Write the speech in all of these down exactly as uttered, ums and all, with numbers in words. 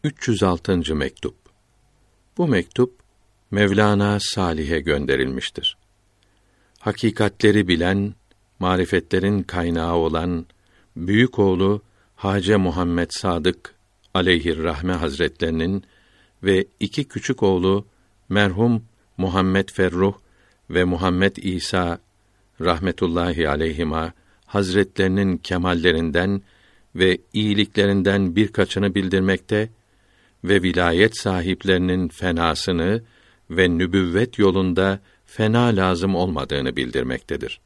üç yüz altıncı mektup. Bu mektup Mevlana Salih'e gönderilmiştir. Hakikatleri bilen, marifetlerin kaynağı olan büyük oğlu Hacı Muhammed Sadık aleyhirrahme hazretlerinin ve iki küçük oğlu merhum Muhammed Ferruh ve Muhammed İsa rahmetullahi aleyhima hazretlerinin kemallerinden ve iyiliklerinden birkaçını bildirmekte ve vilayet sahiplerinin fenasını ve nübüvvet yolunda fena lazım olmadığını bildirmektedir.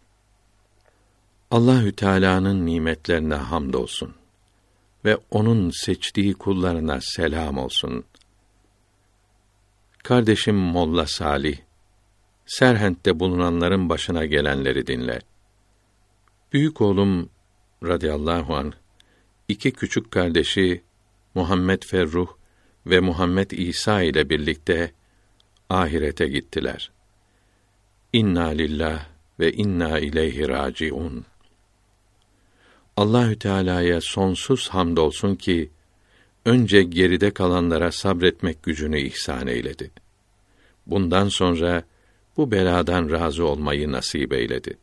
Allahü Teala'nın nimetlerine hamdolsun ve onun seçtiği kullarına selam olsun. Kardeşim Molla Salih, Serhent'te bulunanların başına gelenleri dinle. Büyük oğlum radıyallahu anh, iki küçük kardeşi Muhammed Ferruh ve Muhammed İsa ile birlikte ahirete gittiler. İnna lillah ve inna ileyhi raciun. Allahü Teala'ya sonsuz hamdolsun ki önce geride kalanlara sabretmek gücünü ihsan eyledi. Bundan sonra bu beladan razı olmayı nasip eyledi.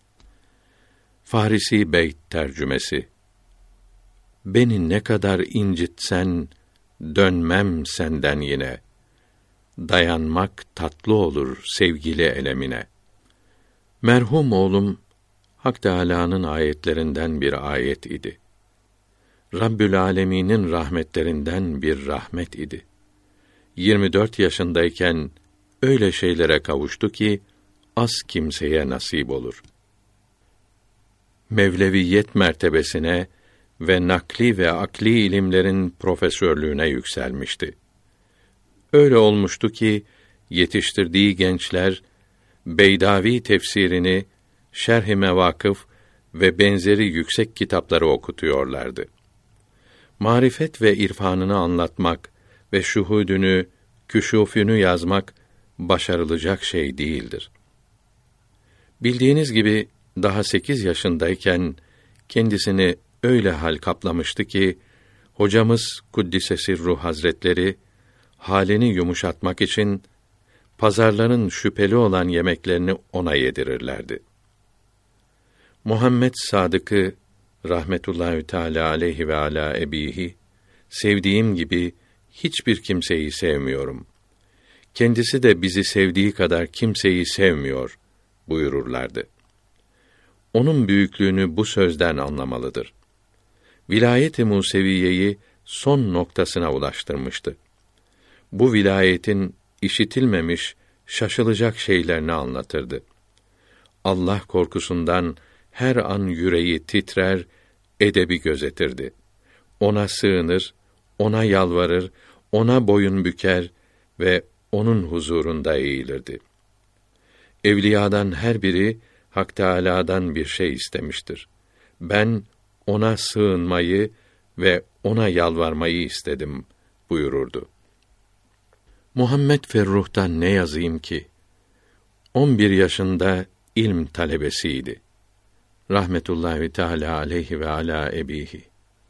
Farisi Beyt tercümesi. Beni ne kadar incitsen dönmem senden yine. Dayanmak tatlı olur sevgili elemine. Merhum oğlum Hak Teâlâ'nın ayetlerinden bir ayet idi. Rabbül Âlemîn'in rahmetlerinden bir rahmet idi. yirmi dört yaşındayken öyle şeylere kavuştu ki az kimseye nasip olur. Mevleviyet mertebesine ve nakli ve akli ilimlerin profesörlüğüne yükselmişti. Öyle olmuştu ki yetiştirdiği gençler Beydavi tefsirini, Şerh-i Mevakıf ve benzeri yüksek kitapları okutuyorlardı. Marifet ve irfanını anlatmak ve şuhudünü, küşûfünü yazmak başarılacak şey değildir. Bildiğiniz gibi daha sekiz yaşındayken kendisini öyle hal kaplamıştı ki hocamız Kuddise Sirruh Hazretleri halini yumuşatmak için pazarların şüpheli olan yemeklerini ona yedirirlerdi. Muhammed Sadık'ı rahmetullahi teâlâ aleyhi ve alâ ebihi sevdiğim gibi hiçbir kimseyi sevmiyorum. Kendisi de bizi sevdiği kadar kimseyi sevmiyor buyururlardı. Onun büyüklüğünü bu sözden anlamalıdır. Vilayet-i Museviye'yi son noktasına ulaştırmıştı. Bu vilayetin işitilmemiş, şaşılacak şeylerini anlatırdı. Allah korkusundan her an yüreği titrer, edebi gözetirdi. Ona sığınır, ona yalvarır, ona boyun büker ve onun huzurunda eğilirdi. Evliyadan her biri Hak Teâlâ'dan bir şey istemiştir. Ben ona sığınmayı ve ona yalvarmayı istedim buyururdu. Muhammed Ferruh'tan ne yazayım ki? on bir yaşında ilm talebesiydi. Rahmetullahi Teâlâ aleyhi ve alâ ebihi.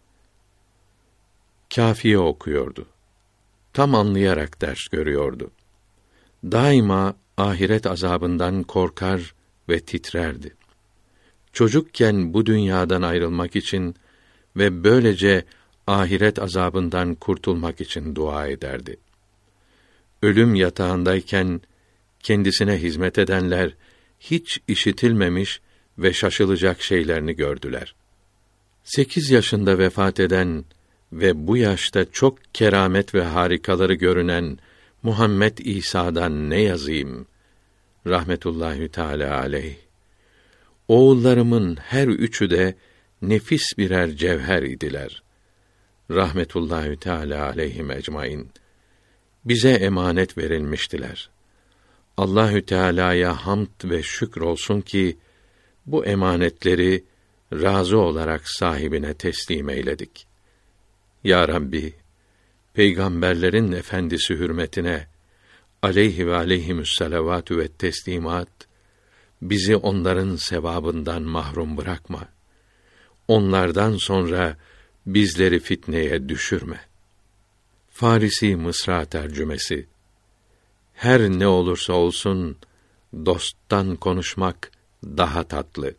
Kâfiye okuyordu. Tam anlayarak ders görüyordu. Daima ahiret azabından korkar ve titrerdi. Çocukken bu dünyadan ayrılmak için ve böylece ahiret azabından kurtulmak için dua ederdi. Ölüm yatağındayken kendisine hizmet edenler hiç işitilmemiş ve şaşılacak şeylerini gördüler. Sekiz yaşında vefat eden ve bu yaşta çok keramet ve harikaları görünen Muhammed İsa'dan ne yazayım? Rahmetullahi Teâlâ aleyh. Oğullarımın her üçü de nefis birer cevher idiler. Rahmetullahi Teâlâ aleyhim ecmaîn. Bize emanet verilmiştiler. Allahü Teala'ya hamd ve şükür olsun ki bu emanetleri razı olarak sahibine teslim eyledik. Ya Rabbi, peygamberlerin efendisi hürmetine aleyhi ve aleyhimüsselavatü ve teslimat, bizi onların sevabından mahrum bırakma. Onlardan sonra bizleri fitneye düşürme. Farisi Mısra tercümesi. Her ne olursa olsun dosttan konuşmak daha tatlı.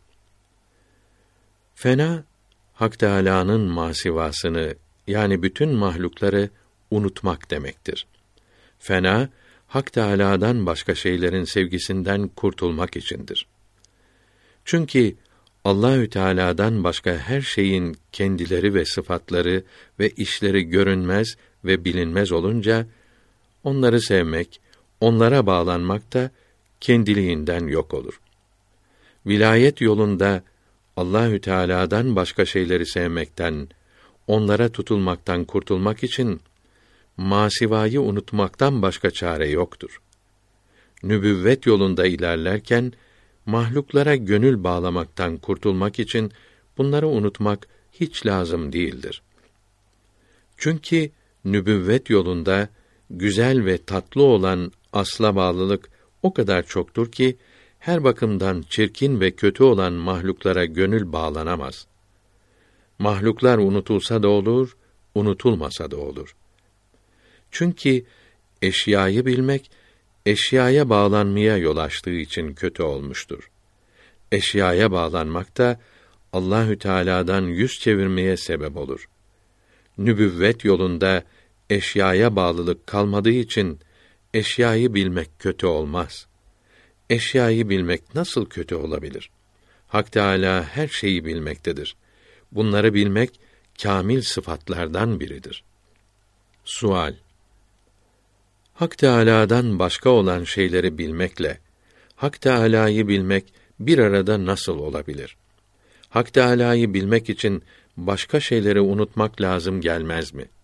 Fena, Hak Teâlâ'nın masivasını, yani bütün mahlukları unutmak demektir. Fena, Hak Teâlâ'dan başka şeylerin sevgisinden kurtulmak içindir. Çünkü Allahü Teâlâ'dan başka her şeyin kendileri ve sıfatları ve işleri görünmez ve bilinmez olunca, onları sevmek, onlara bağlanmak da kendiliğinden yok olur. Vilayet yolunda Allahü Teâlâ'dan başka şeyleri sevmekten, onlara tutulmaktan kurtulmak için masivayı unutmaktan başka çare yoktur. Nübüvvet yolunda ilerlerken mahluklara gönül bağlamaktan kurtulmak için bunları unutmak hiç lazım değildir. Çünkü nübüvvet yolunda güzel ve tatlı olan asla bağlılık o kadar çoktur ki her bakımdan çirkin ve kötü olan mahluklara gönül bağlanamaz. Mahluklar unutulsa da olur, unutulmasa da olur. Çünkü eşyayı bilmek, eşyaya bağlanmaya yol açtığı için kötü olmuştur. Eşyaya bağlanmak da Allahü Teâlâ'dan yüz çevirmeye sebep olur. Nübüvvet yolunda eşyaya bağlılık kalmadığı için eşyayı bilmek kötü olmaz. Eşyayı bilmek nasıl kötü olabilir? Hak Teâlâ her şeyi bilmektedir. Bunları bilmek kâmil sıfatlardan biridir. Sual: Hak Teâlâ'dan başka olan şeyleri bilmekle Hak Teâlâ'yı bilmek bir arada nasıl olabilir? Hak Teâlâ'yı bilmek için başka şeyleri unutmak lazım gelmez mi?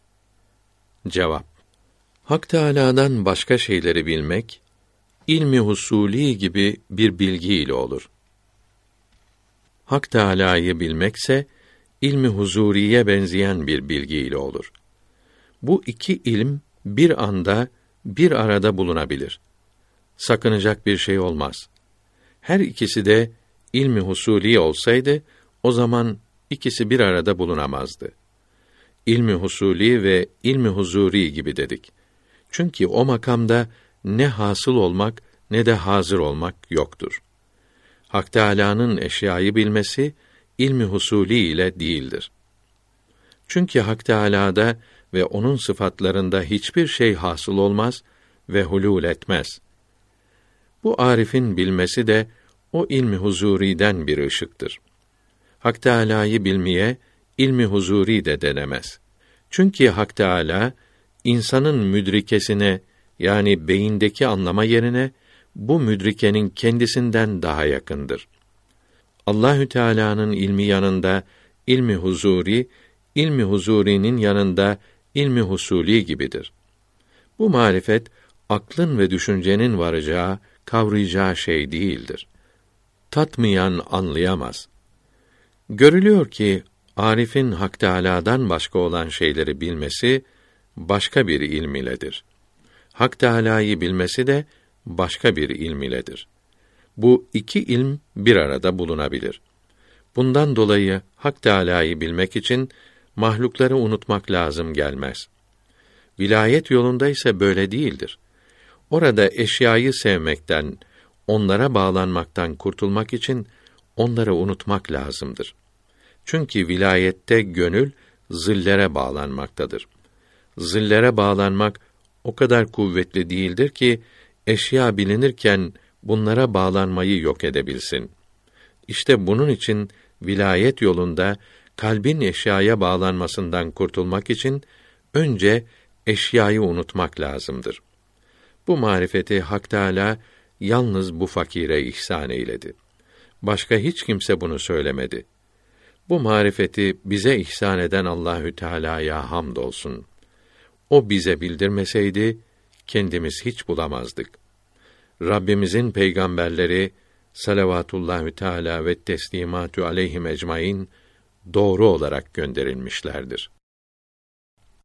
Cevap: Hak Teâlâ'dan başka şeyleri bilmek, ilmi husûlî gibi bir bilgi ile olur. Hak Teâlâ'yı bilmekse, ilmi huzuriye benzeyen bir bilgi ile olur. Bu iki ilim bir anda, bir arada bulunabilir. Sakınacak bir şey olmaz. Her ikisi de ilmi husûlî olsaydı, o zaman ikisi bir arada bulunamazdı. İlmi husûlî ve ilmi huzuri gibi dedik. Çünkü o makamda ne hasıl olmak ne de hazır olmak yoktur. Hak Teâlâ'nın eşyayı bilmesi ilmi husûlî ile değildir. Çünkü Hak Teâlâ'da ve onun sıfatlarında hiçbir şey hasıl olmaz ve hulûl etmez. Bu arifin bilmesi de o ilmi huzurîden bir ışıktır. Hak Teâlâ'yı bilmeye ilmi huzuri de denemez. Çünkü Hak Teâlâ insanın müdrikesine, yani beyindeki anlama yerine bu müdrikenin kendisinden daha yakındır. Allahü Teâlâ'nın ilmi yanında ilmi huzuri, ilmi huzurinin yanında ilmi husûlî gibidir. Bu marifet aklın ve düşüncenin varacağı, kavrayacağı şey değildir. Tatmayan anlayamaz. Görülüyor ki arifin Hak Teâlâ'dan başka olan şeyleri bilmesi başka bir ilm iledir. Hak Teâlâ'yı bilmesi de başka bir ilm iledir. Bu iki ilm bir arada bulunabilir. Bundan dolayı Hak Teâlâ'yı bilmek için mahlukları unutmak lazım gelmez. Vilayet yolunda ise böyle değildir. Orada eşyayı sevmekten, onlara bağlanmaktan kurtulmak için onları unutmak lazımdır. Çünkü vilayette gönül zillere bağlanmaktadır. Zillere bağlanmak o kadar kuvvetli değildir ki eşya bilinirken bunlara bağlanmayı yok edebilsin. İşte bunun için vilayet yolunda kalbin eşyaya bağlanmasından kurtulmak için önce eşyayı unutmak lazımdır. Bu marifeti Hak Teâlâ yalnız bu fakire ihsan eyledi. Başka hiç kimse bunu söylemedi. Bu marifeti bize ihsan eden Allahü Teâlâ'ya hamdolsun. O bize bildirmeseydi kendimiz hiç bulamazdık. Rabbimizin peygamberleri salavatullahü teâlâ ve teslimâtu aleyhim ecmaîn doğru olarak gönderilmişlerdir.